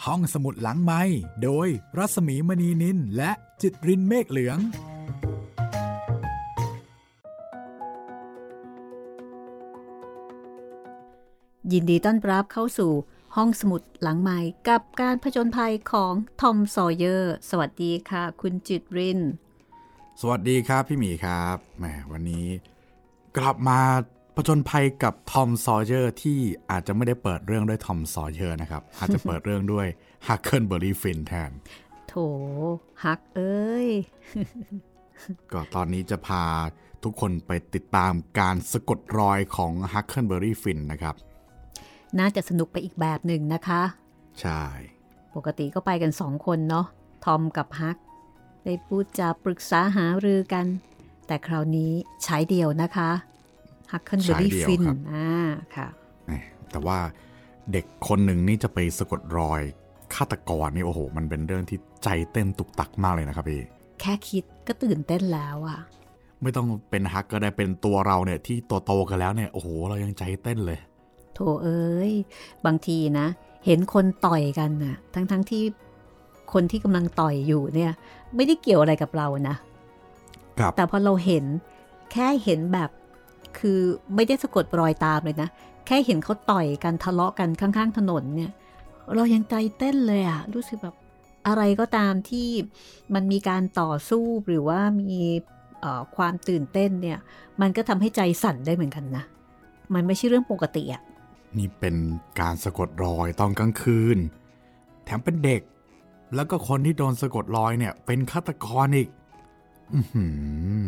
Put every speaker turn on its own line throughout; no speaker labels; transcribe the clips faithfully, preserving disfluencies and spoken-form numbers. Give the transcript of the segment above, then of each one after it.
ห้องสมุดหลังไมค์โดยรัศมีมณีนินและจิตรินเมฆเหลือง
ยินดีต้อนรับเข้าสู่ห้องสมุดหลังไมค์กับการผจญภัยของทอมซอยเยอร์สวัสดีค่ะคุณจิตริน
สวัสดีครับพี่หมีครับแหมวันนี้กลับมาผจญภัยกับทอมซอยเยอร์ที่อาจจะไม่ได้เปิดเรื่องด้วยทอมซอยเยอร์นะครับ อาจจะเปิดเรื่องด้วยฮักเคิลเบอร์รี่ฟินแทน
โถฮักเอ้ย
ก็ตอนนี้จะพาทุกคนไปติดตามการสะกดรอยของฮักเคิลเบอร์รี่ฟินนะครับ
น่าจะสนุกไปอีกแบบหนึ่งนะคะ
ใช่
ปกติก็ไปกันสองคนเนาะทอมกับฮักได้พูดจาปรึกษาหารือกันแต่คราวนี้ใช้เดียวนะคะฮักเคิลเบอร์รี่ฟินอ่าค่ะ
แต่ว่าเด็กคนหนึ่งนี่จะไปสะกดรอยฆาตกรนี่โอ้โหมันเป็นเรื่องที่ใจเต้นตุกตักมากเลยนะครับพี่
แค่คิดก็ตื่นเต้นแล้วอ่ะ
ไม่ต้องเป็นฮักก็ได้เป็นตัวเราเนี่ยที่ตัวโตกันแล้วเนี่ยโอ้โหเรายังใจเต้นเลย
โถเอ้ยบางทีนะเห็นคนต่อยกันน่ะทั้งๆ ท, ที่คนที่กำลังต่อยอยู่เนี่ยไม่ได้เกี่ยวอะไรกับเรานะแต่พอเราเห็นแค่เห็นแบบคือไม่ได้สะกดรอยตามเลยนะแค่เห็นเขาต่อยกันทะเลาะกันข้างๆถนนเนี่ยเรายังใจเต้นเลยอะรู้สึกแบบอะไรก็ตามที่มันมีการต่อสู้หรือว่ามีความตื่นเต้นเนี่ยมันก็ทำให้ใจสั่นได้เหมือนกันนะมันไม่ใช่เรื่องปกติอะ
นี่เป็นการสะกดรอยตอนกลางคืนแถมเป็นเด็กแล้วก็คนที่โดนสะกดรอยเนี่ยเป็นฆาตกรอีกอื้อหือ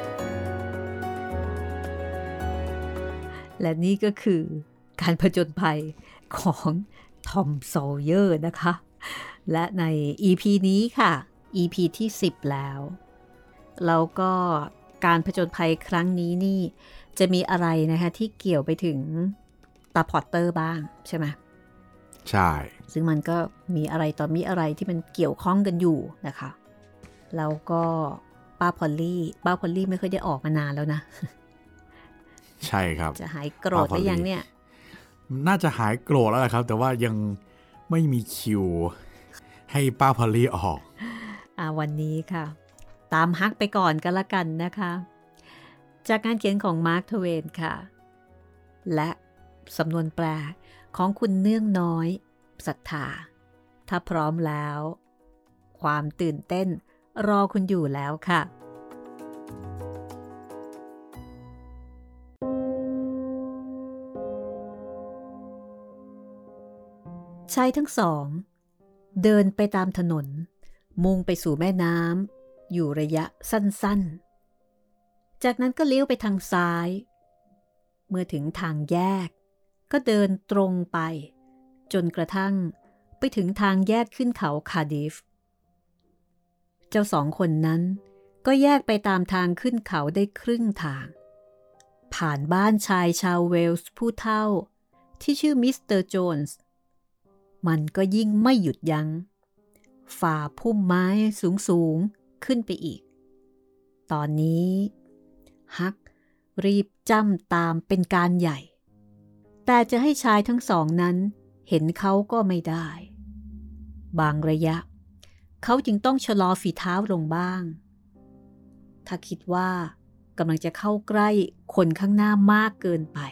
และนี่ก็คือการผจญภัยของทอมโซเยอร์นะคะและใน อี พี นี้ค่ะ อี พี ที่สิบแล้วแล้วก็การผจญภัยครั้งนี้นี่จะมีอะไรนะคะที่เกี่ยวไปถึงตาพอตเตอร์บ้างใช่ไหม
ใช่
ซึ่งมันก็มีอะไรต่อมีอะไรที่มันเกี่ยวข้องกันอยู่นะคะแล้วก็ป้าพอลลี่ป้าพอลลี่ไม่ค่อยได้ออกมานานแล้วนะ
ใช่ครับ
จะหายโกรธได้ยังเนี่ย
น่าจะหายโกรธแล้วแหละครับแต่ว่ายังไม่มีคิวให้ป้าพอลลี่ออก
อ่าวันนี้ค่ะตามฮักไปก่อนกันละกันนะคะจากการเขียนของมาร์คทเวนค่ะและสำนวนแปลของคุณเนื่องน้อยศรัทธาถ้าพร้อมแล้วความตื่นเต้นรอคุณอยู่แล้วค่ะชายทั้งสองเดินไปตามถนนมุ่งไปสู่แม่น้ำอยู่ระยะสั้นๆจากนั้นก็เลี้ยวไปทางซ้ายเมื่อถึงทางแยกก็เดินตรงไปจนกระทั่งไปถึงทางแยกขึ้นเขาคาร์ดิฟเจ้าสองคนนั้นก็แยกไปตามทางขึ้นเขาได้ครึ่งทางผ่านบ้านชายชาวเวลส์ผู้เฒ่าที่ชื่อมิสเตอร์โจนส์มันก็ยิ่งไม่หยุดยัง้งฝ่าพุ่มไม้สูงๆขึ้นไปอีกตอนนี้ฮักรีบจ้ำตามเป็นการใหญ่แต่จะให้ชายทั้งสองนั้นเห็นเขาก็ไม่ได้บางระยะเขาจึงต้องชะลอฝีเท้าลงบ้างถ้าคิดว่ากำลังจะเข้าใกล้คนข้างหน้ามากเกินไป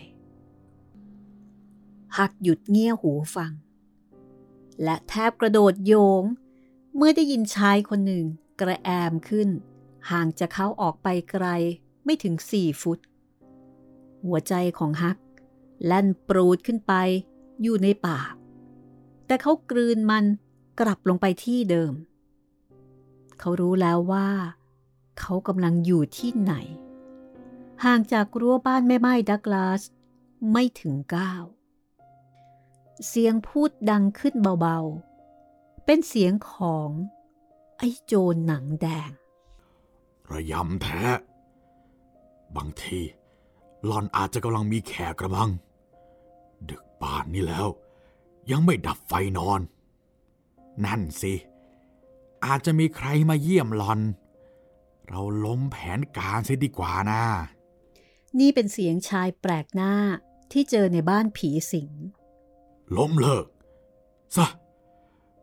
ฮักหยุดเงี่ยหูฟังและแทบกระโดดโยงเมื่อได้ยินชายคนหนึ่งกระแอมขึ้นห่างจากเขาออกไปไกลไม่ถึงสี่ฟุตหัวใจของฮักแล่นปรูดขึ้นไปอยู่ในปากแต่เขากลืนมันกลับลงไปที่เดิมเขารู้แล้วว่าเขากำลังอยู่ที่ไหนห่างจากรั้วบ้านแม่ไม้ดักลาสไม่ถึงก้าวเสียงพูดดังขึ้นเบาๆเป็นเสียงของไอ้โจรหนังแดง
ระยำแท้บางทีหล่อนอาจจะกำลังมีแขกกระมังดึกป่านนี้แล้วยังไม่ดับไฟนอนนั่นสิอาจจะมีใครมาเยี่ยมหล่อนเราล้มแผนการเสียดีกว่านะ
นี่เป็นเสียงชายแปลกหน้าที่เจอในบ้านผีสิง
ล้มเลิกซะ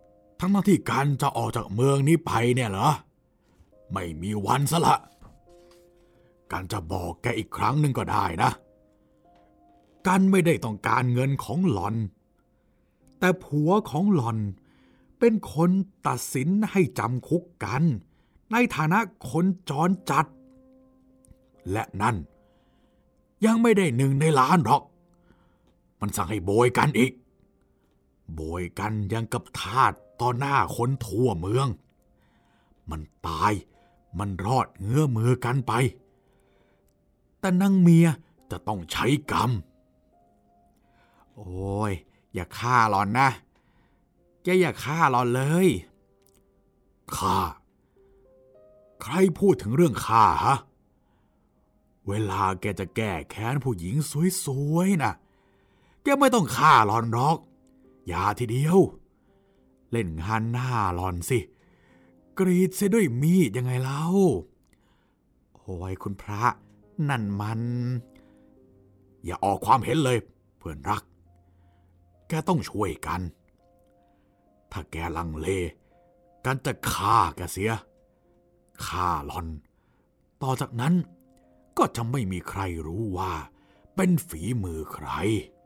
ทั้งที่กันจะออกจากเมืองนี้ไปเนี่ยเหรอไม่มีวันซะละกันจะบอกแกอีกครั้งหนึ่งก็ได้นะกันไม่ได้ต้องการเงินของหล่อนแต่ผัวของหล่อนเป็นคนตัดสินให้จำคุกกันในฐานะคนจรจัดและนั่นยังไม่ได้หนึ่งในล้านหรอกมันสั่งให้โบยกันอีกโบยกันยังกับทาสต่อหน้าคนทั่วเมืองมันตายมันรอดเงื้อมือกันไปแต่นางเมียจะต้องใช้กรรมโอ้ยอย่าฆ่าหล่อนนะแกอย่าฆ่าหล่อนเลยฆ่าใครพูดถึงเรื่องฆ่าฮะเวลาแกจะแก้แค้นผู้หญิงสวยๆนะแกไม่ต้องฆ่าหล่อนหรอกอย่าทีเดียวเล่นงานหน้าหล่อนสิกรีดเสียด้วยมีดยังไงเล่าโอ้ยคุณพระนั่นมันอย่าออกความเห็นเลยเพื่อนรักแกต้องช่วยกันถ้าแกลังเลกันจะฆ่าแกเสียฆ่าหล่อนต่อจากนั้นก็จะไม่มีใครรู้ว่าเป็นฝีมือใคร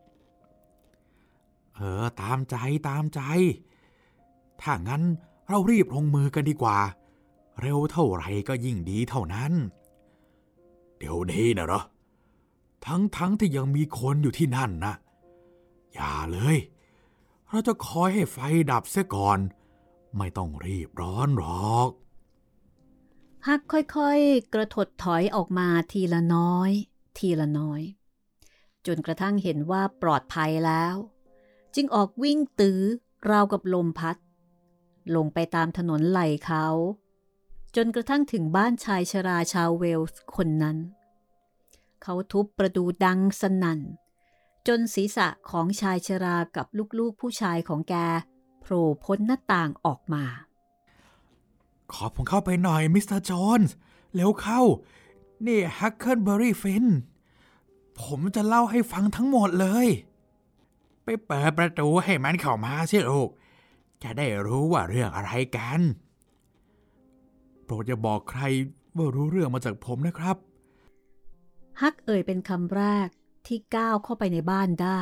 เออตามใจตามใจถ้างั้นเรารีบลงมือกันดีกว่าเร็วเท่าไหร่ก็ยิ่งดีเท่านั้นเดี๋ยวนี้นะเหรอทั้งทั้งที่ยังมีคนอยู่ที่นั่นนะอย่าเลยเราจะคอยให้ไฟดับเสียก่อนไม่ต้องรีบร้อนหรอก
ฮักค่อยๆกระถดถอยออกมาทีละน้อยทีละน้อยจนกระทั่งเห็นว่าปลอดภัยแล้วจึงออกวิ่งตื้อราวกับลมพัดลงไปตามถนนไหล่เขาจนกระทั่งถึงบ้านชายชราชาวเวลส์คนนั้นเขาทุบประตูดังสนั่นจนศีรษะของชายชรากับลูกๆผู้ชายของแกโผล่พ้นหน้าต่างออกมา
ขอผมเข้าไปหน่อยมิสเตอร์โจนส์เร็วเข้านี่ฮักเคิลเบอร์รี่ฟินผมจะเล่าให้ฟังทั้งหมดเลยไปเปิดประตูให้มันเข้ามาสิลูกจะได้รู้ว่าเรื่องอะไรกันโปรดอย่าบอกใครว่ารู้เรื่องมาจากผมนะครับ
ฮักเอ่ยเป็นคำแรกที่ก้าวเข้าไปในบ้านได้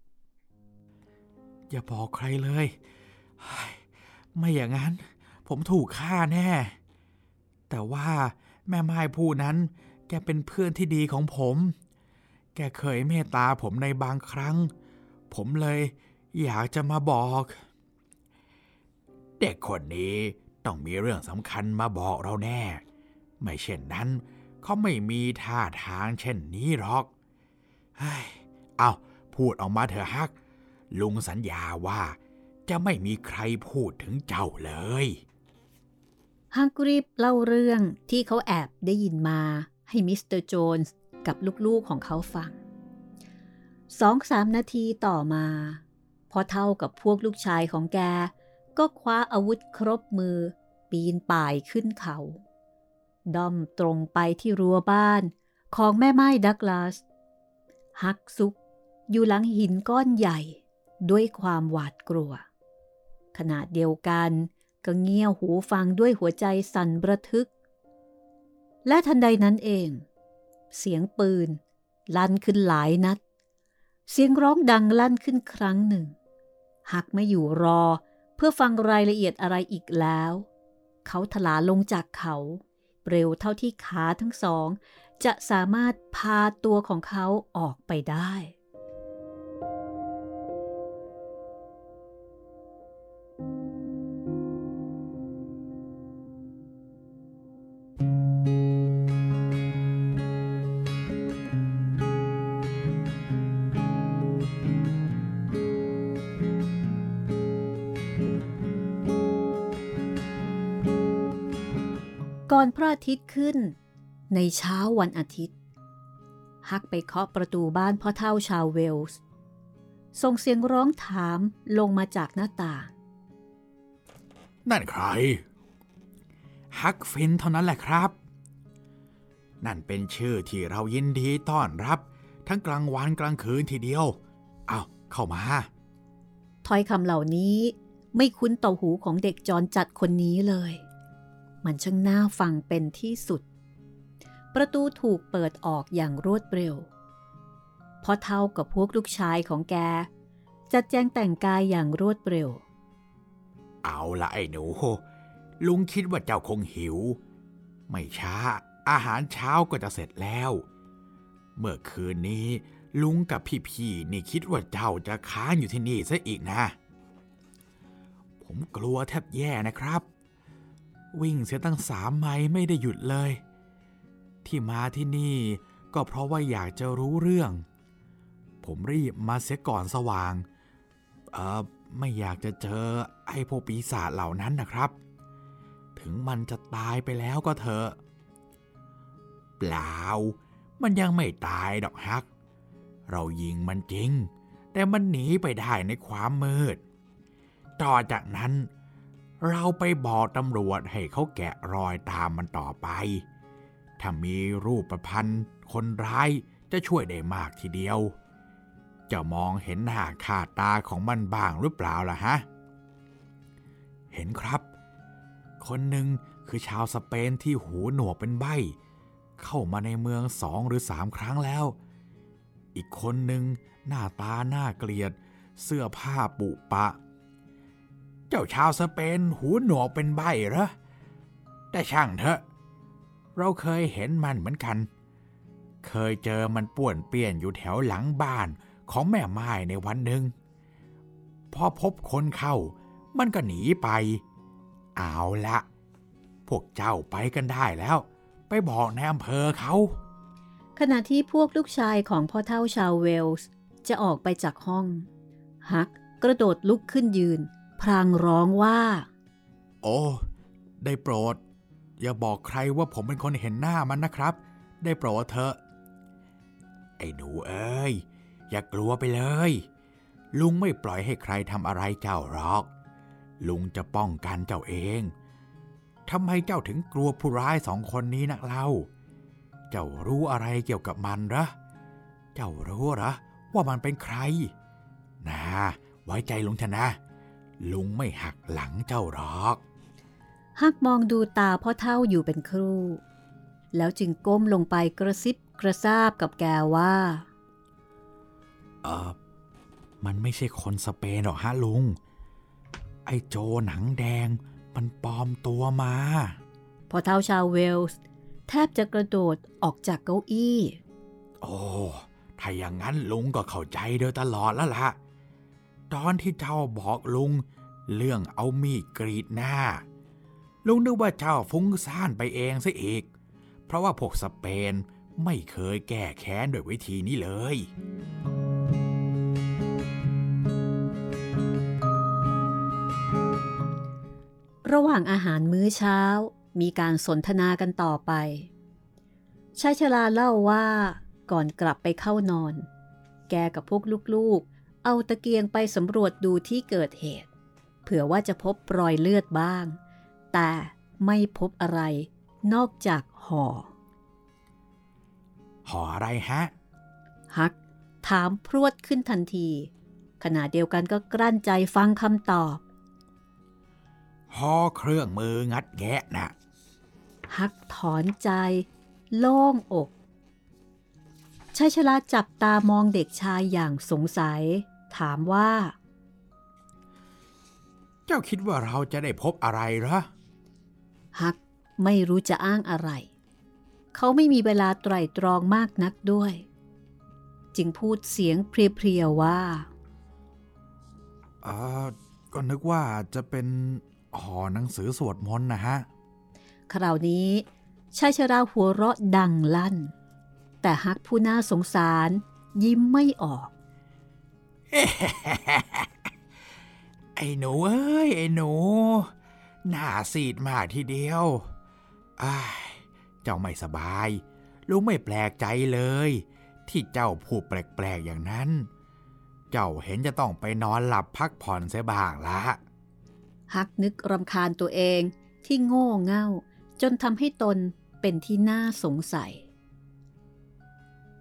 อย่าบอกใครเลยไม่อย่างนั้นผมถูกฆ่าแน่แต่ว่าแม่ไม้ผู้นั้นแกเป็นเพื่อนที่ดีของผมแกเคยเมตตาผมในบางครั้งผมเลยอยากจะมาบอกเด็กคนนี้ต้องมีเรื่องสำคัญมาบอกเราแน่ไม่เช่นนั้นเขาไม่มีท่าทางเช่นนี้หรอกเฮ้ยเอาพูดออกมาเถอะฮักลุงสัญญาว่าจะไม่มีใครพูดถึงเจ้าเลย
ฮักรีบเล่าเรื่องที่เขาแอบได้ยินมาให้มิสเตอร์โจนส์กับลูกๆของเขาฟังสองสามนาทีต่อมาพอเท่ากับพวกลูกชายของแกก็คว้าอาวุธครบมือปีนป่ายขึ้นเขาด้อมตรงไปที่รั้วบ้านของแม่ไม้ดักลาสฮักซุกอยู่หลังหินก้อนใหญ่ด้วยความหวาดกลัวขณะเดียวกันก็เงี่ยวหูฟังด้วยหัวใจสั่นระทึกและทันใดนั้นเองเสียงปืนลั่นขึ้นหลายนัดเสียงร้องดังลั่นขึ้นครั้งหนึ่งฮักไม่อยู่รอเพื่อฟังรายละเอียดอะไรอีกแล้วเขาถลาลงจากเขาเร็วเท่าที่ขาทั้งสองจะสามารถพาตัวของเขาออกไปได้ ก่อนพระอาทิตย์ขึ้นในเช้าวันอาทิตย์ฮักไปเคาะประตูบ้านพ่อเฒ่าชาวเวลส์ส่งเสียงร้องถามลงมาจากหน้าต่าง
นั่นใครฮักฟินเท่านั้นแหละครับนั่นเป็นชื่อที่เรายินดีต้อนรับทั้งกลางวันกลางคืนทีเดียวเอาเข้ามา
ถ้อยคำเหล่านี้ไม่คุ้นต่อหูของเด็กจรจัดคนนี้เลยมันช่างน่าฟังเป็นที่สุดประตูถูกเปิดออกอย่างรวดเร็วพอเท่ากับพวกลูกชายของแกจัดแจงแต่งกายอย่างรวดเร็ว
เอาละไอ้หนูลุงคิดว่าเจ้าคงหิวไม่ช้าอาหารเช้าก็จะเสร็จแล้วเมื่อคืนนี้ลุงกับพี่ๆนี่คิดว่าเจ้าจะค้างอยู่ที่นี่ซะอีกนะผมกลัวแทบแย่นะครับวิ่งเสียตั้งสามไมล์ไม่ได้หยุดเลยที่มาที่นี่ก็เพราะว่าอยากจะรู้เรื่องผมรีบมาเสียก่อนสว่างเอ่อไม่อยากจะเจอไอ้พวกปีศาจเหล่านั้นนะครับถึงมันจะตายไปแล้วก็เถอะเปล่ามันยังไม่ตายดอกฮักเรายิงมันจริงแต่มันหนีไปได้ในความมืดต่อจากนั้นเราไปบอกตำรวจให้เขาแกะรอยตามมันต่อไปถ้ามีรูปประพันธ์คนร้ายจะช่วยได้มากทีเดียวจะมองเห็นหน้าค่าตาของมันบ้างหรือเปล่าล่ะฮะเห็นครับคนหนึ่งคือชาวสเปนที่หูหนวกเป็นใบ้เข้ามาในเมืองสองหรือสามครั้งแล้วอีกคนหนึ่งหน้าตาน่าเกลียดเสื้อผ้าปุปะเจ้าชาวสเปนหูหนวกเป็นใบ้เหรอแต่ช่างเถอะเราเคยเห็นมันเหมือนกันเคยเจอมันป่วนเปี้ยนอยู่แถวหลังบ้านของแม่ไม้ในวันหนึ่งพอพบคนเข้ามันก็หนีไปเอาละพวกเจ้าไปกันได้แล้วไปบอกในอำเภอเขา
ขณะที่พวกลูกชายของพ่อเฒ่าชาวเวลส์จะออกไปจากห้องฮักกระโดดลุกขึ้นยืนพลางร้องว่า
โอ้ได้โปรดอย่าบอกใครว่าผมเป็นคนเห็นหน้ามันนะครับได้โปรดเถอะไอ้หนูเอ้ยอย่ากลัวไปเลยลุงไม่ปล่อยให้ใครทำอะไรเจ้าหรอกลุงจะป้องกันเจ้าเองทำไมเจ้าถึงกลัวผู้ร้ายสองคนนี้นักเล่าเจ้ารู้อะไรเกี่ยวกับมันเหรอเจ้ารู้เหรอว่ามันเป็นใครนะไว้ใจลุงเถอะนะลุงไม่หักหลังเจ้าหรอก
ฮักมองดูตาพ่อเฒ่าอยู่เป็นครู่แล้วจึงก้มลงไปกระซิบกระซาบกับแกว่า
เออมันไม่ใช่คนสเปนหรอกฮะลุงไอ้โจหนังแดงมันปลอมตัวมา
พ่อเฒ่าชาวเวลส์แทบจะกระโดดออกจากเก้าอี้
โอ้ถ้าอย่างนั้นลุงก็เข้าใจโดยตลอดแล้วล่ะตอนที่เจ้าบอกลุงเรื่องเอามีดกรีดหน้าลุงนึกว่าเจ้าฟุ้งซ่านไปเองซะอีกเพราะว่าพวกสเปนไม่เคยแก้แค้นโดยวิธีนี้เลย
ระหว่างอาหารมื้อเช้ามีการสนทนากันต่อไปชายชราเล่าว่าก่อนกลับไปเข้านอนแกกับพวกลูกๆเอาตะเกียงไปสำรวจดูที่เกิดเหตุเผื่อว่าจะพบรอยเลือดบ้างแต่ไม่พบอะไรนอกจากห่อ
ห่ออะไรฮะ
ฮักถามพรวดขึ้นทันทีขณะเดียวกันก็กลั้นใจฟังคำตอบ
ห่อเครื่องมืองัดแงะน่ะ
ฮักถอนใจโล่งอกชายชราจับตามองเด็กชายอย่างสงสัยถามว่า
เจ้าคิดว่าเราจะได้พบอะไรเหรอ
ฮักไม่รู้จะอ้างอะไรเขาไม่มีเวลาไตร่ตรองมากนักด้วยจึงพูดเสียงเพลียๆว่า
อ่าก็นึกว่าจะเป็นห่อหนังสือสวดมนต์นะฮะ
คราวนี้ชายชราหัวเราะดังลั่นแต่ฮักผู้น่าสงสารยิ้มไม่ออก
ไอ้หนูเอ้ยไอ้หนูหน้าซีดมากทีเดียวอ้ายเจ้าไม่สบายลุงไม่แปลกใจเลยที่เจ้าพูดแปลกๆอย่างนั้นเจ้าเห็นจะต้องไปนอนหลับพักผ่อนเสียบ้างละ
ฮักนึกรำคาญตัวเองที่โง่เง่าจนทำให้ตนเป็นที่น่าสงสัย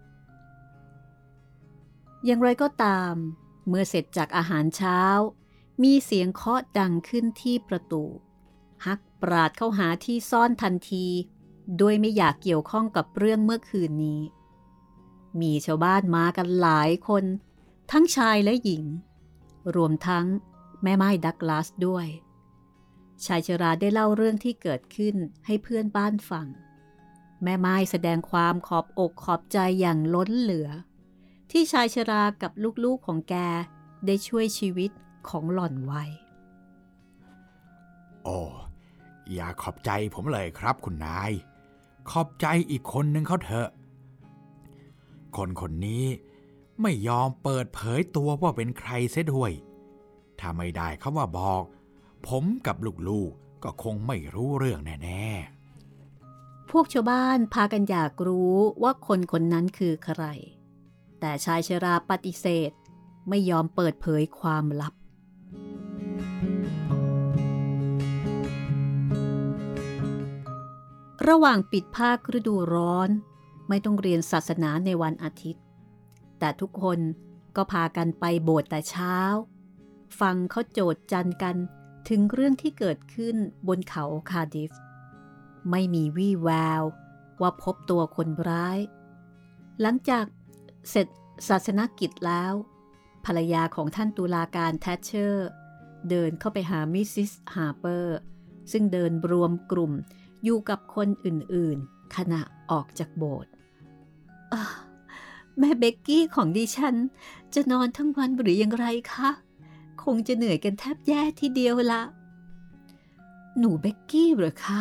อย่างไรก็ตามเมื่อเสร็จจากอาหารเช้ามีเสียงเคาะดังขึ้นที่ประตูฮักปราดเข้าหาที่ซ่อนทันทีโดยไม่อยากเกี่ยวข้องกับเรื่องเมื่อคืนนี้มีชาวบ้านมากันหลายคนทั้งชายและหญิงรวมทั้งแม่ไม้ดักลาสด้วยชายชราได้เล่าเรื่องที่เกิดขึ้นให้เพื่อนบ้านฟังแม่ไม้แสดงความขอบอกขอบใจอย่างล้นเหลือที่ชายชรากับลูกๆของแกได้ช่วยชีวิตของหล่อนไว้
โอ้อย่าขอบใจผมเลยครับคุณนายขอบใจอีกคนนึงเขาเถอะคนคนนี้ไม่ยอมเปิดเผยตัวว่าเป็นใครเสียด้วยถ้าไม่ได้เขาว่าบอกผมกับลูกๆก็คงไม่รู้เรื่องแน่
ๆพวกชาวบ้านพากันอยากรู้ว่าคนคนนั้นคือใครแต่ชายชราปฏิเสธไม่ยอมเปิดเผยความลับระหว่างปิดภาคฤดูร้อนไม่ต้องเรียนศาสนาในวันอาทิตย์แต่ทุกคนก็พากันไปโบสถ์แต่เช้าฟังเขาโจษจันกันถึงเรื่องที่เกิดขึ้นบนเขาคาร์ดิฟไม่มีวี่แววว่าพบตัวคนร้ายหลังจากเสร็จศาสนกิจแล้วภรรยาของท่านตุลาการแทชเชอร์เดินเข้าไปหามิสซิสฮาร์เปอร์ซึ่งเดินรวมกลุ่มอยู่กับคนอื่นๆขณะออกจากโบสถ์แม่เบกกี้ของดิฉันจะนอนทั้งวันหรืออย่างไรคะคงจะเหนื่อยกันแทบแย่ทีเดียวละหนูเบกกี้เหรอคะ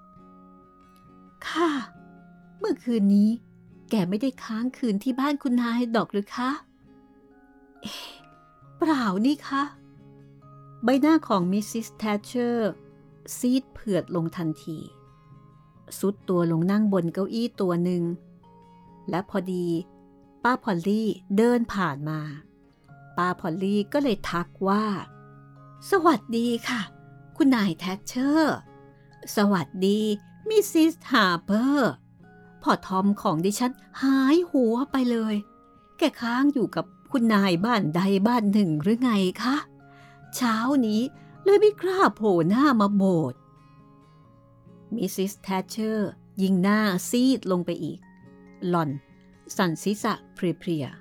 ค่ะเมื่อคืนนี้แกไม่ได้ค้างคืนที่บ้านคุณนายดอกหรือคะเอ๊ะเปล่านี่คะใบหน้าของมิสซิสแทชเชอร์ซีดเผือดลงทันทีซุดตัวลงนั่งบนเก้าอี้ตัวหนึ่งและพอดีป้าพอลลี่เดินผ่านมาป้าพอลลี่ก็เลยทักว่าสวัสดีค่ะคุณนายแทชเชอร์สวัสดีมิสซิสฮาร์เปอร์พ่อทอมของดิฉันหายหัวไปเลยแกค้างอยู่กับคุณนายบ้านใดบ้านหนึ่งหรือไงคะเช้านี้เลยไม่กล้าโผล่หน้ามาโบสถ์มิสซิสแทชเชอร์ยิ่งหน้าซีดลงไปอีกหล่อนสั่นศีรษะเพลีย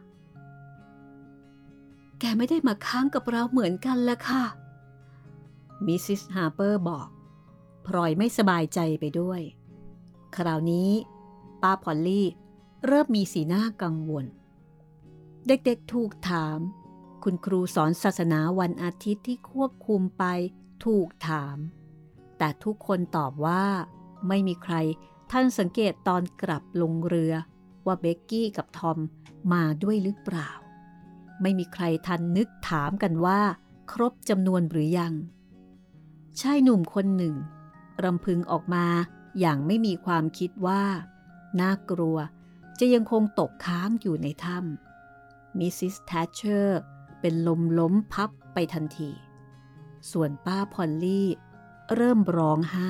ๆแกไม่ได้มาค้างกับเราเหมือนกันละค่ะมิสซิสฮาร์เปอร์บอกพลอยไม่สบายใจไปด้วยคราวนี้ป้าพอลลี่เริ่มมีสีหน้ากังวลเด็กๆถูกถามคุณครูสอนศาสนาวันอาทิตย์ที่ควบคุมไปถูกถามแต่ทุกคนตอบว่าไม่มีใครท่านสังเกตตอนกลับลงเรือว่าเบกกี้กับทอมมาด้วยหรือเปล่าไม่มีใครทันนึกถามกันว่าครบจำนวนหรือยังชายหนุ่มคนหนึ่งรำพึงออกมาอย่างไม่มีความคิดว่าน่ากลัวจะยังคงตกค้างอยู่ในถ้ำมิสซิสแทชเชอร์เป็นลมล้มพับไปทันทีส่วนป้าพอลลี่เริ่มร้องไห้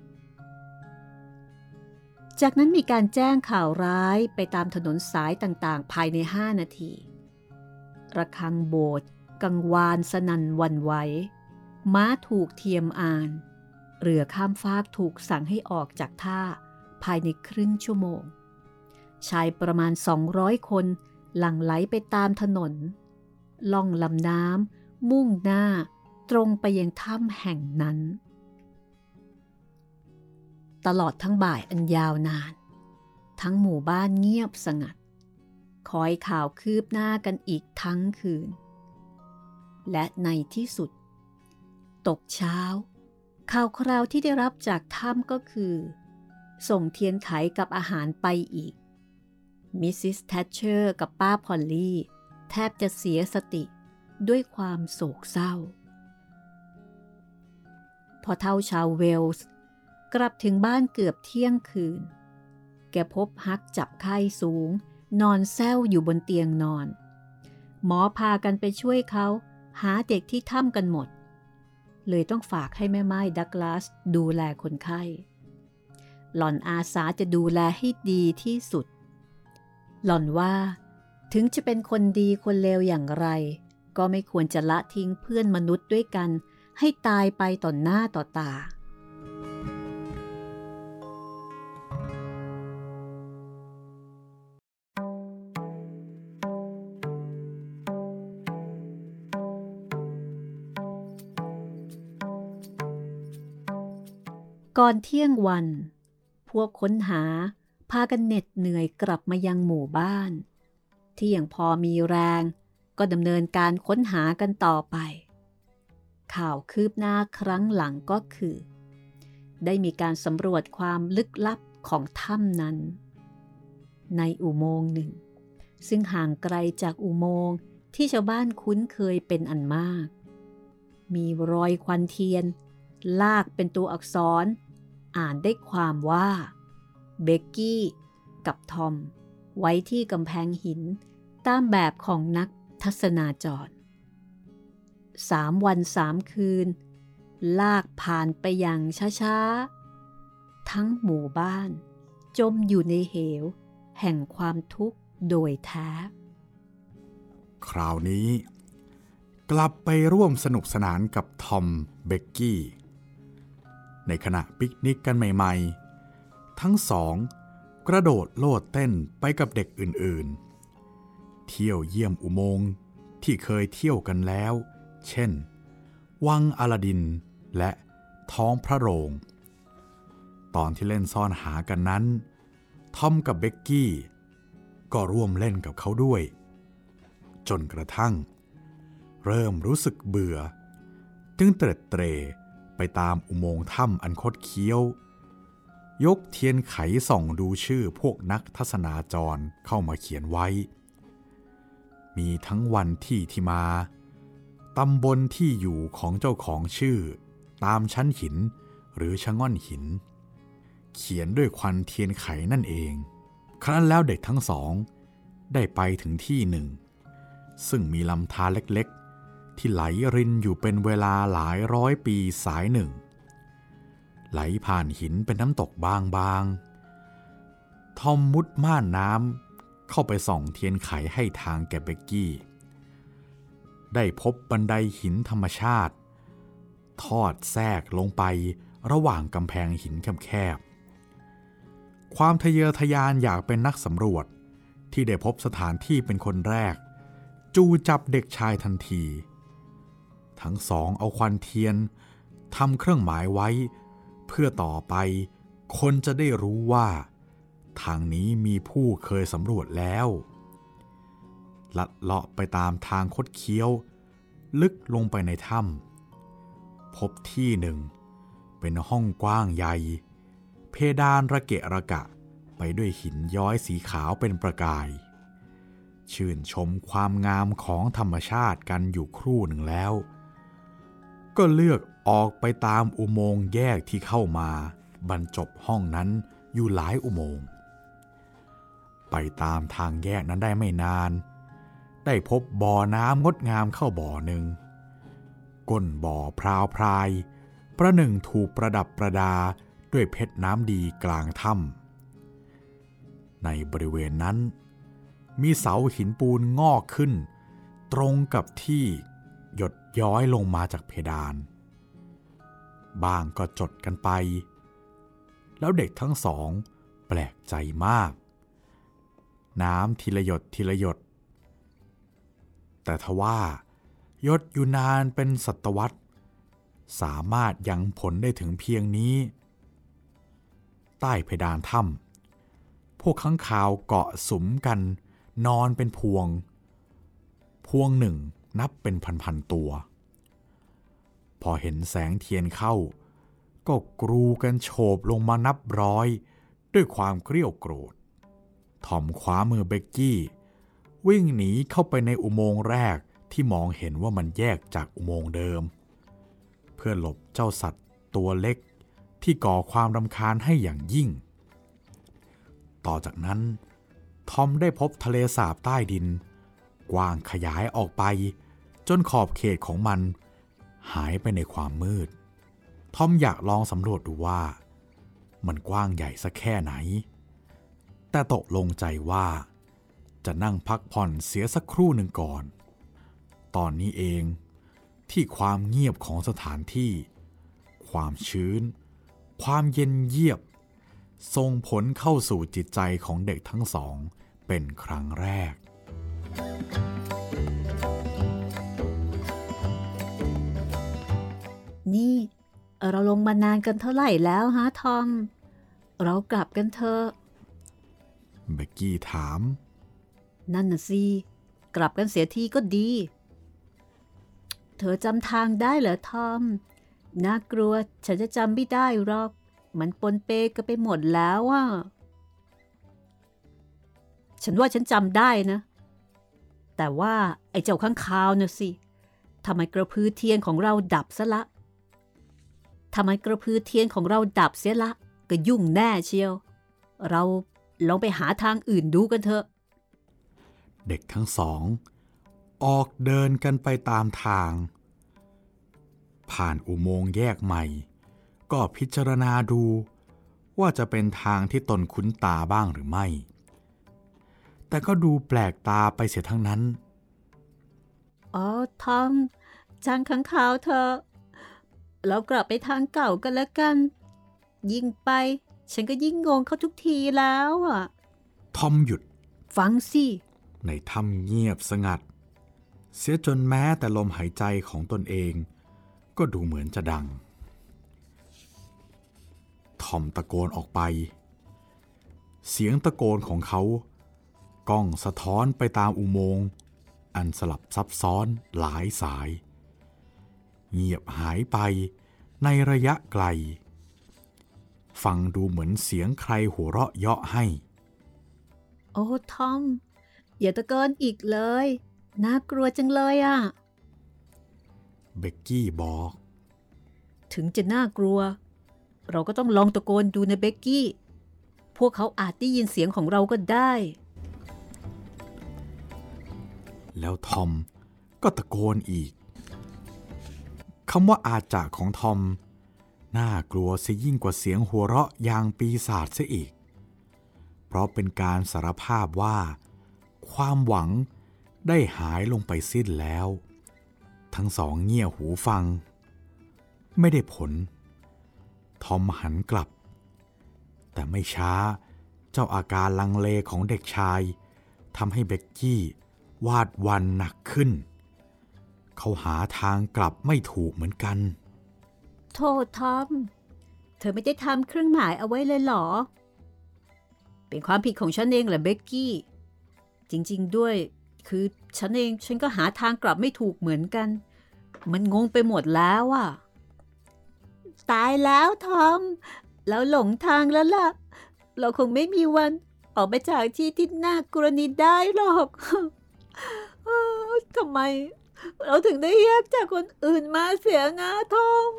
จากนั้นมีการแจ้งข่าวร้ายไปตามถนนสายต่างๆภายในห้านาทีระฆังโบสถ์กังวานสนั่นหวั่นไหวม้าถูกเทียมอานเรือข้ามฟากถูกสั่งให้ออกจากท่าภายในครึ่งชั่วโมงชายประมาณสองร้อยคนหลั่งไหลไปตามถนนล่องลำน้ำมุ่งหน้าตรงไปยังถ้ำแห่งนั้นตลอดทั้งบ่ายอันยาวนานทั้งหมู่บ้านเงียบสงัดคอยข่าวคืบหน้ากันอีกทั้งคืนและในที่สุดตกเช้าข่าวคราวที่ได้รับจากถ้ำก็คือส่งเทียนไขกับอาหารไปอีกมิสซิสแทชเชอร์กับป้าพอลลี่แทบจะเสียสติด้วยความโศกเศร้าพอเท่าชาวเวลส์กลับถึงบ้านเกือบเที่ยงคืนแกพบฮักจับไข้สูงนอนแซ่วอยู่บนเตียงนอนหมอพากันไปช่วยเขาหาเด็กที่ถ้ำกันหมดเลยต้องฝากให้แม่ไม้ดักลาสดูแลคนไข้หล่อนอาสาจะดูแลให้ดีที่สุดหล่อนว่าถึงจะเป็นคนดีคนเลวอย่างไรก็ไม่ควรจะละทิ้งเพื่อนมนุษย์ด้วยกันให้ตายไปต่อหน้าต่อตาก่อนเที่ยงวันพวกค้นหาพากันเหน็ดเหนื่อยกลับมายังหมู่บ้านที่ยังพอมีแรงก็ดำเนินการค้นหากันต่อไปข่าวคืบหน้าครั้งหลังก็คือได้มีการสำรวจความลึกลับของถ้ำนั้นในอุโมงค์หนึ่งซึ่งห่างไกลจากอุโมงค์ที่ชาวบ้านคุ้นเคยเป็นอันมากมีรอยควันเทียนลากเป็นตัวอักษรอ่านได้ความว่าเบกกี้กับทอมไว้ที่กำแพงหินตามแบบของนักทัศนาจรสามวันสามคืนลากผ่านไปอย่างช้าๆทั้งหมู่บ้านจมอยู่ในเหวแห่งความทุกข์โดยแท้
คราวนี้กลับไปร่วมสนุกสนานกับทอมเบกกี้ในขณะปิกนิกกันใหม่ๆทั้งสองกระโดดโลดเต้นไปกับเด็กอื่นๆเที่ยวเยี่ยมอุโมงค์ที่เคยเที่ยวกันแล้วเช่นวังอลาดินและท้องพระโรงตอนที่เล่นซ่อนหากันนั้นทอมกับเบกกี้ก็ร่วมเล่นกับเขาด้วยจนกระทั่งเริ่มรู้สึกเบื่อจึงเตร็ดเตร่ไปตามอุโมงค์ถ้ำอันคดเคี้ยวยกเทียนไขส่องดูชื่อพวกนักทัศนาจรเข้ามาเขียนไว้มีทั้งวันที่ที่มาตำบลที่อยู่ของเจ้าของชื่อตามชั้นหินหรือชะง่อนหินเขียนด้วยควันเทียนไขนั่นเองครั้นแล้วเด็กทั้งสองได้ไปถึงที่หนึ่งซึ่งมีลำธารเล็กๆที่ไหลรินอยู่เป็นเวลาหลายร้อยปีสายหนึ่งไหลผ่านหินเป็นน้ำตกบางๆทอมมุดม่านน้ำเข้าไปส่องเทียนไขให้ทางแกเบกกี้ได้พบบันไดหินธรรมชาติทอดแทรกลงไประหว่างกำแพงหินแคบๆความทะเยอทะยานอยากเป็นนักสำรวจที่ได้พบสถานที่เป็นคนแรกจูจับเด็กชายทันทีทั้งสองเอาควันเทียนทำเครื่องหมายไว้เพื่อต่อไปคนจะได้รู้ว่าทางนี้มีผู้เคยสำรวจแล้วลัดเลาะไปตามทางคดเคี้ยวลึกลงไปในถ้ำพบที่หนึ่งเป็นห้องกว้างใหญ่เพดานระเกะระกะไปด้วยหินย้อยสีขาวเป็นประกายชื่นชมความงามของธรรมชาติกันอยู่ครู่หนึ่งแล้วก็เลือกออกไปตามอุโมงค์แยกที่เข้ามาบรรจบห้องนั้นอยู่หลายอุโมงค์ไปตามทางแยกนั้นได้ไม่นานได้พบบ่อน้ำงดงามเข้าบ่อหนึ่งก้นบ่อพราวพรายประหนึ่งถูกประดับประดาด้วยเพชรน้ำดีกลางถ้ำในบริเวณนั้นมีเสาหินปูนงอกขึ้นตรงกับที่หยดย้อยลงมาจากเพดานบางก็จดกันไปแล้วเด็กทั้งสองแปลกใจมากน้ำทีละหยดทีละหยดแต่ทว่าหยดอยู่นานเป็นศตวรรษสามารถยังผลได้ถึงเพียงนี้ใต้เพดานถ้ำพวกค้างคาวเกาะสุมกันนอนเป็นพวงพวงหนึ่งนับเป็นพันๆตัวพอเห็นแสงเทียนเข้าก็กรูกันโฉบลงมานับร้อยด้วยความเกรี้ยวโกรธทอมคว้ามือเบกกี้วิ่งหนีเข้าไปในอุโมงค์แรกที่มองเห็นว่ามันแยกจากอุโมงค์เดิมเพื่อหลบเจ้าสัตว์ตัวเล็กที่ก่อความรำคาญให้อย่างยิ่งต่อจากนั้นทอมได้พบทะเลสาบใต้ดินกว้างขยายออกไปจนขอบเขตของมันหายไปในความมืดทอมอยากลองสำรวจดูว่ามันกว้างใหญ่สักแค่ไหนแต่ตกลงใจว่าจะนั่งพักผ่อนเสียสักครู่หนึ่งก่อนตตอนนี้เองที่ความเงียบของสถานที่ความชื้นความเย็นเยียบส่งผลเข้าสู่จิตใจของเด็กทั้งสองเป็นครั้งแรก
นี่เราลงมานานกันเท่าไหร่แล้วฮะทอมเรากลับกันเถอะ
เบกกี้ถาม
นั่นน่ะสิกลับกันเสียทีก็ดีเธอจำทางได้เหรอทอมน่ากลัวฉันจะจำไม่ได้หรอกมันปนเปกันไปหมดแล้วอ่ะฉันว่าฉันจำได้นะแต่ว่าไอ้เจ้าข้างคาวน่ะสิทำไมกระพือเทียนของเราดับซะละทำไมกระพือเทียนของเราดับเสียละก็ยุ่งแน่เชียวเราลองไปหาทางอื่นดูกันเถอะ
เด็กทั้งสองออกเดินกันไปตามทางผ่านอุโมงค์แยกใหม่ก็พิจารณาดูว่าจะเป็นทางที่ตนคุ้นตาบ้างหรือไม่แต่ก็ดูแปลกตาไปเสียทั้งนั้น
อ๋อทอมช่างข้างคาวเธอเรากลับไปทางเก่ากันแล้วกันยิ่งไปฉันก็ยิ่งงงเข้าทุกทีแล้วอ่ะ
ทอมหยุด
ฟังสิ
ในถ้ำเงียบสงัดเสียจนแม้แต่ลมหายใจของตนเองก็ดูเหมือนจะดังทอมตะโกนออกไปเสียงตะโกนของเขาก้องสะท้อนไปตามอุโมงค์อันสลับซับซ้อนหลายสายเงียบหายไปในระยะไกลฟังดูเหมือนเสียงใครหัวเราะเยาะให้
โอ้ทอมอย่าตะโกนอีกเลยน่ากลัวจังเลยอ่ะ
เบกกี้บอก
ถึงจะน่ากลัวเราก็ต้องลองตะโกนดูนะเบกกี้พวกเขาอาจได้ยินเสียงของเราก็ได้
แล้วทอมก็ตะโกนอีกคำว่าอาจจะของทอมน่ากลัวเสียยิ่งกว่าเสียงหัวเราะอย่างปีศาจเสียอีกเพราะเป็นการสารภาพว่าความหวังได้หายลงไปสิ้นแล้วทั้งสองเงี่ยหูฟังไม่ได้ผลทอมหันกลับแต่ไม่ช้าเจ้าอาการลังเลของเด็กชายทำให้เบกกี้วาดหวั่นหนักขึ้นเขาหาทางกลับไม่ถูกเหมือนกัน
โทษทอมเธอไม่ได้ทำเครื่องหมายเอาไว้เลยเหรอเป็นความผิดของฉันเองแหละเบกกี้จริงๆด้วยคือฉันเองฉันก็หาทางกลับไม่ถูกเหมือนกันมันงงไปหมดแล้วอ่ะตายแล้วทอมเราหลงทางแล้วล่ะเราคงไม่มีวันออกไปจากที่ที่น่ากลัวนี้ได้หรอกทำไมเราถึงได้แยกจากคนอื่นมาเสียนะทอม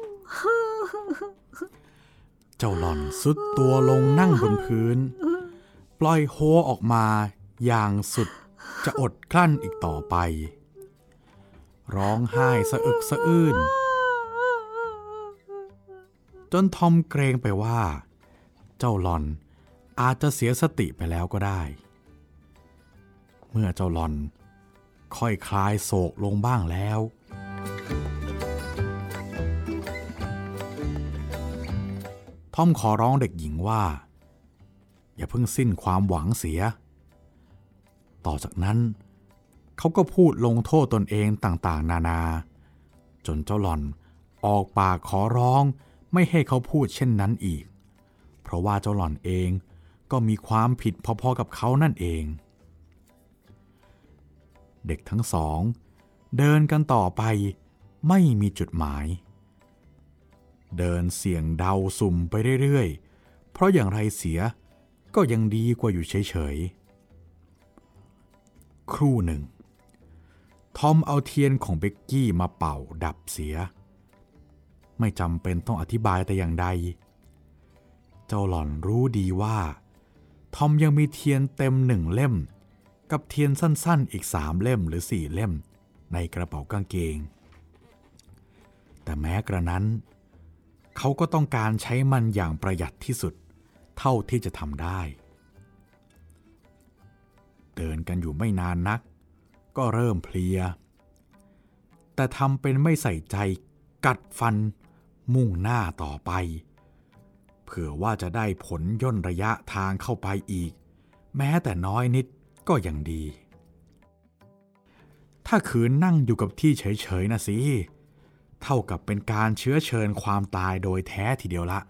เจ้าหล่อนสุดตัวลงนั่งบนพื้นปล่อยโฮออกมาอย่างสุดจะอดกลั้นอีกต่อไปร้องไห้สะอึกสะอื้นจนทอมเกรงไปว่าเจ้าหล่อนอาจจะเสียสติไปแล้วก็ได้เมื่อเจ้าหล่อนค่อยคลายโศกลงบ้างแล้วทอมขอร้องเด็กหญิงว่าอย่าเพิ่งสิ้นความหวังเสียต่อจากนั้นเขาก็พูดลงโทษตนเองต่างๆนานาจนเจ้าหล่อนออกปากขอร้องไม่ให้เขาพูดเช่นนั้นอีกเพราะว่าเจ้าหล่อนเองก็มีความผิดพอๆกับเขานั่นเองเด็กทั้งสองเดินกันต่อไปไม่มีจุดหมายเดินเสี่ยงเดาสุ่มไปเรื่อยๆเพราะอย่างไรเสียก็ยังดีกว่าอยู่เฉยๆครู่หนึ่งทอมเอาเทียนของเบกกี้มาเป่าดับเสียไม่จำเป็นต้องอธิบายแต่อย่างใดเจ้าหล่อนรู้ดีว่าทอมยังมีเทียนเต็มหนึ่งเล่มกับเทียนสั้นๆอีกสามเล่มหรือสี่เล่มในกระเป๋ากางเกงแต่แม้กระนั้นเขาก็ต้องการใช้มันอย่างประหยัดที่สุดเท่าที่จะทำได้เดินกันอยู่ไม่นานนักก็เริ่มเพลียแต่ทำเป็นไม่ใส่ใจกัดฟันมุ่งหน้าต่อไปเผื่อว่าจะได้ผลย่นระยะทางเข้าไปอีกแม้แต่น้อยนิดก็ยังดีถ้าขืนนั่งอยู่กับที่เฉยๆนะสิเท่ากับเป็นการเชื้อเชิญความตายโดยแท้ทีเดียวละ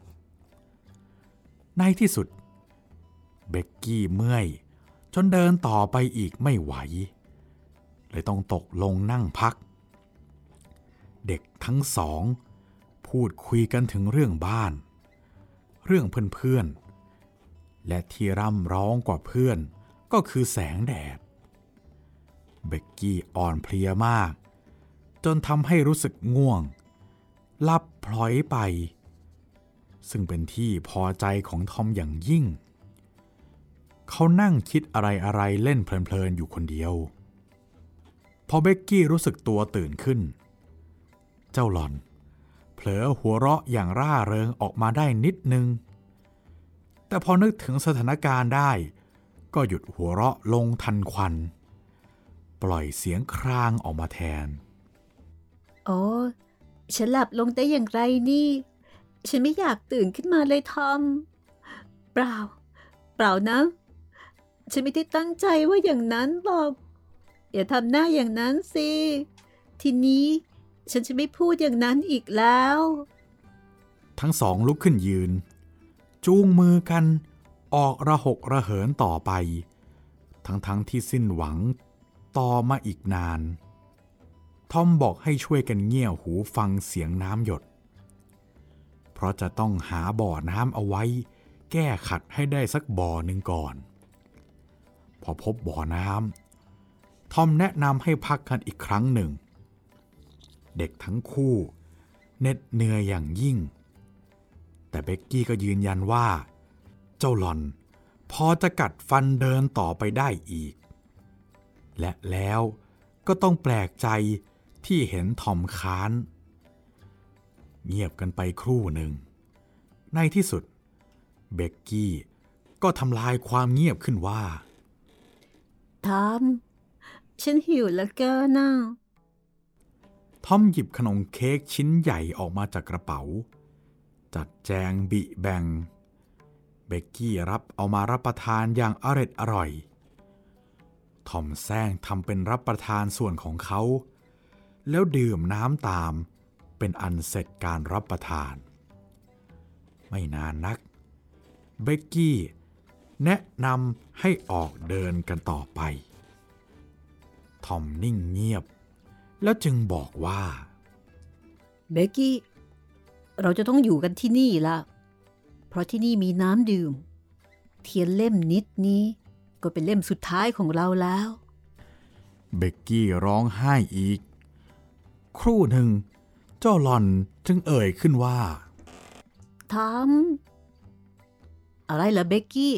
ในที่สุดเบกกี้เมื่อยจนเดินต่อไปอีกไม่ไหวเลยต้องตกลงนั่งพักเด็กทั้งสองพูดคุยกันถึงเรื่องบ้านเรื่องเพื่อนๆและที่ร่ำร้องกว่าเพื่อนก็คือแสงแดดเบกกี้อ่อนเพลียมากจนทำให้รู้สึกง่วงหลับพลอยไปซึ่งเป็นที่พอใจของทอมอย่างยิ่งเขานั่งคิดอะไรๆเล่นเพลินๆอยู่คนเดียวพอเบกกี้รู้สึกตัวตื่นขึ้นเจ้าหล่อนเผลอหัวเราะอย่างร่าเริงออกมาได้นิดนึงแต่พอนึกถึงสถานการณ์ได้ก็หยุดหัวเราะลงทันควันปล่อยเสียงครางออกมาแทน
โอ้ฉันหลับลงได้อย่างไรนี่ฉันไม่อยากตื่นขึ้นมาเลยทอมเปล่าเปล่านะฉันไม่ได้ตั้งใจว่าอย่างนั้นหรอกอย่าทำหน้าอย่างนั้นสิทีนี้ฉันจะไม่พูดอย่างนั้นอีกแล้ว
ทั้งสองลุกขึ้นยืนจูงมือกันออกระหกระเหินต่อไปทั้งๆที่สิ้นหวังต่อมาอีกนานทอมบอกให้ช่วยกันเงี่ยหูฟังเสียงน้ำหยดเพราะจะต้องหาบ่อน้ำเอาไว้แก้ขัดให้ได้สักบ่อหนึ่งก่อนพอพบบ่อน้ำทอมแนะนำให้พักกันอีกครั้งหนึ่งเด็กทั้งคู่เหน็ดเหนื่อยอย่างยิ่งแต่เบกกี้ก็ยืนยันว่าเจ้าหล่อนพอจะกัดฟันเดินต่อไปได้อีกและแล้วก็ต้องแปลกใจที่เห็นทอมค้านเงียบกันไปครู่หนึ่งในที่สุดเบกกี้ก็ทำลายความเงียบขึ้นว่า
ทอมฉันหิวแล้วเกินน่ะ
ทอมหยิบขนมเค้กชิ้นใหญ่ออกมาจากกระเป๋าจัดแจงบิแบงเบกกี้รับเอามารับประทานอย่างอร็ดอร่อยทอมแซงทำเป็นรับประทานส่วนของเขาแล้วดื่มน้ำตามเป็นอันเสร็จการรับประทานไม่นานนักเบกกี้แนะนำให้ออกเดินกันต่อไปทอมนิ่งเงียบแล้วจึงบอกว่า
เบกกี้เราจะต้องอยู่กันที่นี่ละเพราะที่นี่มีน้ำดื่มเทียนเล่มนิดนี้ก็เป็นเล่มสุดท้ายของเราแล้ว
เบกกี้ร้องไห้อีกครู่หนึ่งเจ้าหล่อนจึงเอ่ยขึ้นว่า
ทำอะไรล่ะเบกกี้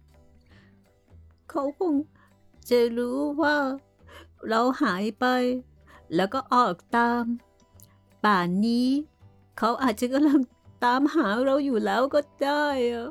เขาคงจะรู้ว่าเราหายไปแล้วก็ออกตามป่านนี้เขาอาจจะกำลังตามหาเราอยู่แล้วก็ได้อะ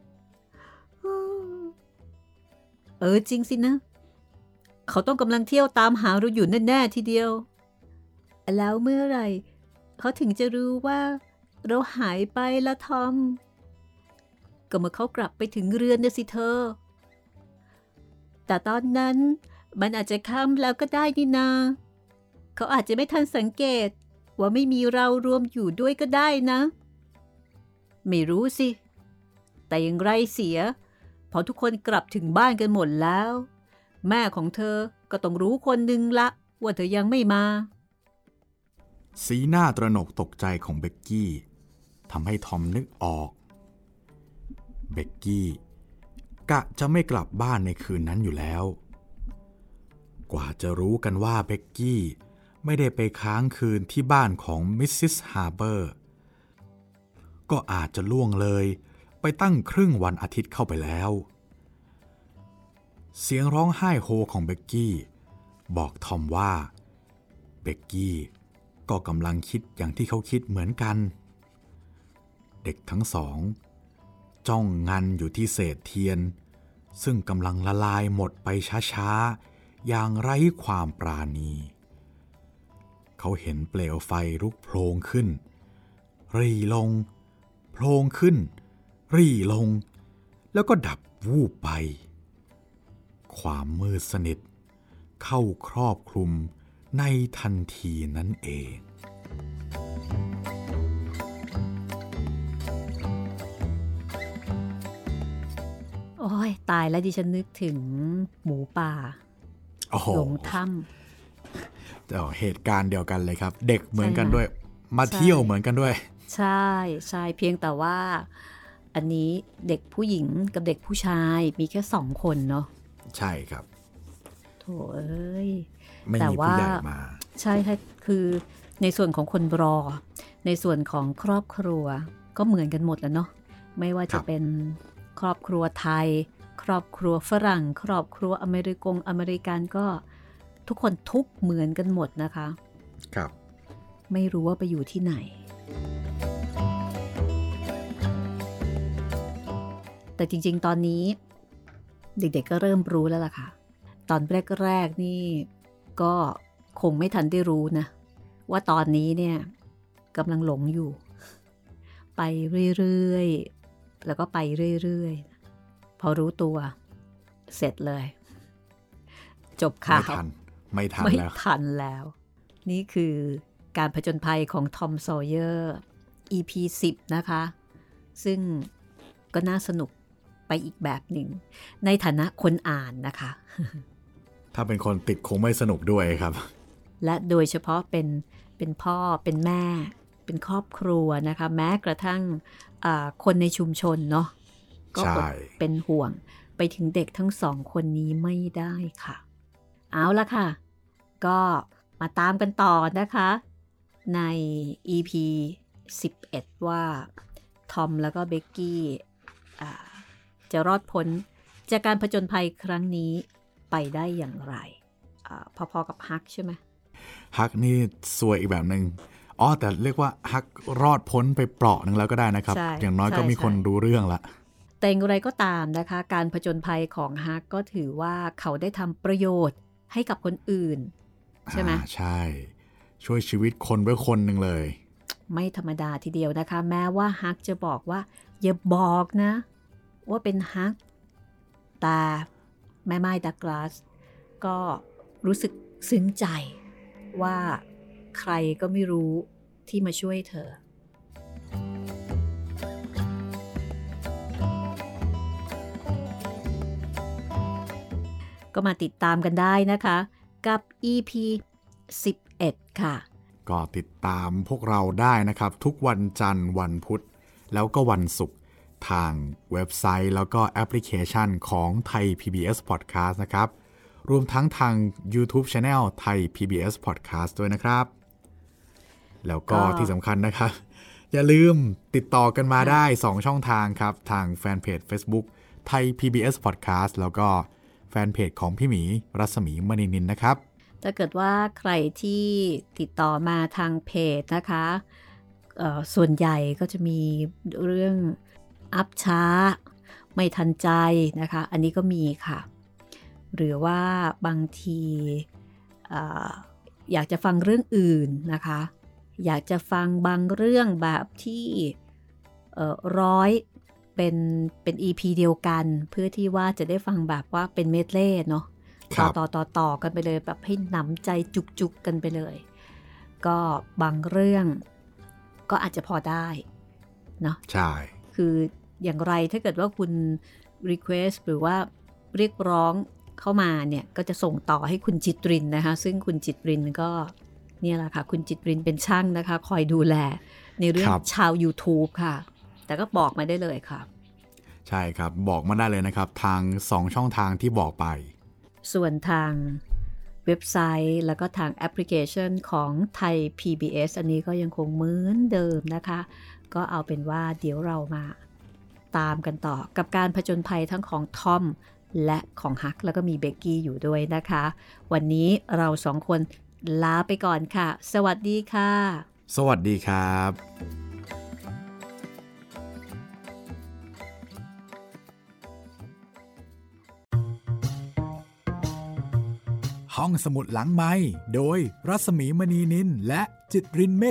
เออจริงสินะเขาต้องกำลังเที่ยวตามหาเราอยู่แน่ๆทีเดียวแล้วเมื่อไหร่เขาถึงจะรู้ว่าเราหายไปละทอมก็เมื่อเขากลับไปถึงเรือนนะสิเธอแต่ตอนนั้นมันอาจจะค่ำแล้วก็ได้นี่นาเขาอาจจะไม่ทันสังเกตว่าไม่มีเรารวมอยู่ด้วยก็ได้นะไม่รู้สิแต่อย่างไรเสียพอทุกคนกลับถึงบ้านกันหมดแล้วแม่ของเธอก็ต้องรู้คนหนึ่งละว่าเธอยังไม่มา
สีหน้าตระหนกตกใจของเบกกี้ทำให้ทอมนึกออกเบกกี้กะจะไม่กลับบ้านในคืนนั้นอยู่แล้วกว่าจะรู้กันว่าเบกกี้ไม่ได้ไปค้างคืนที่บ้านของมิสซิสฮาร์เบอร์ก็อาจจะล่วงเลยไปตั้งครึ่งวันอาทิตย์เข้าไปแล้วเสียงร้องไห้โฮของเบกกี้บอกทอมว่าเบกกี้ก็กำลังคิดอย่างที่เขาคิดเหมือนกันเด็กทั้งสองจ้องงันอยู่ที่เศษเทียนซึ่งกำลังละลายหมดไปช้าๆอย่างไร้ความปราณีเขาเห็นเปลวไฟลุกโผล่ขึ้นรี่ลงโผล่ขึ้นรี่ลงแล้วก็ดับวูบไปความมืดสนิทเข้าครอบคลุมในทันทีนั้นเอง
โอ้ยตายแล้วดิฉันนึกถึงหมูป่าหลงถ้
ำแต่เหตุการณ์เดียวกันเลยครับเด็กเหมือนกันด้วยมาเที่ยวเหมือนกันด้วย
ใช่ใช่เพียงแต่ว่าอันนี้เด็กผู้หญิงกับเด็กผู้ชายมีแค่สองคนเนาะ
ใช่ครับ
โถเอ้ย
ไม่มีผู้ใหญ่มา
ใช่ค่ะคือในส่วนของคนรอในส่วนของครอบครัวก็เหมือนกันหมดแล้วเนาะไม่ว่าจะเป็นครอบครัวไทยครอบครัวฝรั่งครอบครัวอเมริกงอเมริกันก็ทุกคนทุกเหมือนกันหมดนะคะ
ครับ
ไม่รู้ว่าไปอยู่ที่ไหนแต่จริงๆตอนนี้เด็กๆก็เริ่มรู้แล้วล่ะค่ะตอนแรกๆนี่ก็คงไม่ทันได้รู้นะว่าตอนนี้เนี่ยกำลังหลงอยู่ไปเรื่อยๆแล้วก็ไปเรื่อยๆพอรู้ตัวเสร็จเลยจบข่าว
ไม่ทัน
ไม่
แล้ว
ทันแล้วนี่คือการผจญภัยของทอม โซเยอร์ อี พี สิบนะคะซึ่งก็น่าสนุกไปอีกแบบหนึ่งในฐานะคนอ่านนะคะ
ถ้าเป็นคนติดคงไม่สนุกด้วยครับ
และโดยเฉพาะเป็นเป็นพ่อเป็นแม่เป็นครอบครัวนะคะแม้กระทั่งคนในชุมชนเนาะก็เป็นห่วงไปถึงเด็กทั้งสองคนนี้ไม่ได้ค่ะเอาละค่ะก็มาตามกันต่อนะคะใน อี พี สิบเอ็ดว่าทอมแล้วก็เบกกี้จะรอดพ้นจากการผจญภัยครั้งนี้ไปได้อย่างไรพอๆกับฮักใช่ไหม
ฮักนี่สวยอีกแบบหนึ่งอ๋อแต่เรียกว่าฮักรอดพ้นไปเปราะนึงแล้วก็ได้นะครับอย่างน้อยก็มีคนรู้เรื่องละ
แต่อย่างไรก็ตามนะคะการผจญภัยของฮักก็ถือว่าเขาได้ทำประโยชน์ให้กับคนอื่นใช่ไหม
ใช่ช่วยชีวิตคนไว้คนหนึ่งเลย
ไม่ธรรมดาทีเดียวนะคะแม้ว่าฮักจะบอกว่าอย่าบอกนะว่าเป็นฮักแต่แม่ไม้ดักลาสก็รู้สึกซึ้งใจว่าใครก็ไม่รู้ที่มาช่วยเธอก็มาติดตามกันได้นะคะกับ อี พี สิบเอ็ดค่ะ
ก็ติดตามพวกเราได้นะครับทุกวันจันทร์วันพุธแล้วก็วันศุกร์ทางเว็บไซต์แล้วก็แอปพลิเคชันของไทย พี บี เอส Podcast นะครับรวมทั้งทาง YouTube Channel ไทย พี บี เอส Podcast ด้วยนะครับแล้วก็ที่สำคัญนะครับอย่าลืมติดต่อกันมาได้สองช่องทางครับทางแฟนเพจ Facebook ไทย พี บี เอส Podcast แล้วก็แฟนเพจของพี่หมีรัศมีมณีนินนะครับ
ถ้าเกิดว่าใครที่ติดต่อมาทางเพจนะคะส่วนใหญ่ก็จะมีเรื่องอัพช้าไม่ทันใจนะคะอันนี้ก็มีค่ะหรือว่าบางทีอยากจะฟังเรื่องอื่นนะคะอยากจะฟังบางเรื่องแบบที่ร้อยเป็นเป็น อี พี เดียวกันเพื่อที่ว่าจะได้ฟังแบบว่าเป็นเมดเล่เนาะต่อต่อต่อต่อกันไปเลยแบบให้หนำใจจุกๆกันไปเลยก็บางเรื่องก็อาจจะพอได้เนาะ
ใช่
คืออย่างไรถ้าเกิดว่าคุณ request หรือว่าเรียกร้องเข้ามาเนี่ยก็จะส่งต่อให้คุณจิตรินนะคะซึ่งคุณจิตรินก็เนี่ยแหละค่ะคุณจิตรินเป็นช่างนะคะคอยดูแลในเรื่องชาว YouTube ค่ะแต่ก็บอกมาได้เลยค่ะ
ใช่ครับบอกมาได้เลยนะครับทางสองช่องทางที่บอกไป
ส่วนทางเว็บไซต์แล้วก็ทางแอปพลิเคชันของไทย พี บี เอส อันนี้ก็ยังคงเหมือนเดิมนะคะก็เอาเป็นว่าเดี๋ยวเรามาตามกันต่อกับการผจญภัยทั้งของทอมและของฮักแล้วก็มีเบกกี้อยู่ด้วยนะคะวันนี้เราสองคนลาไปก่อนค่ะสวัสดีค่ะ
สวัสดีครับ
ห้องสมุดหลังไมค์โดยรัศมีมณีนินและจิตรินเม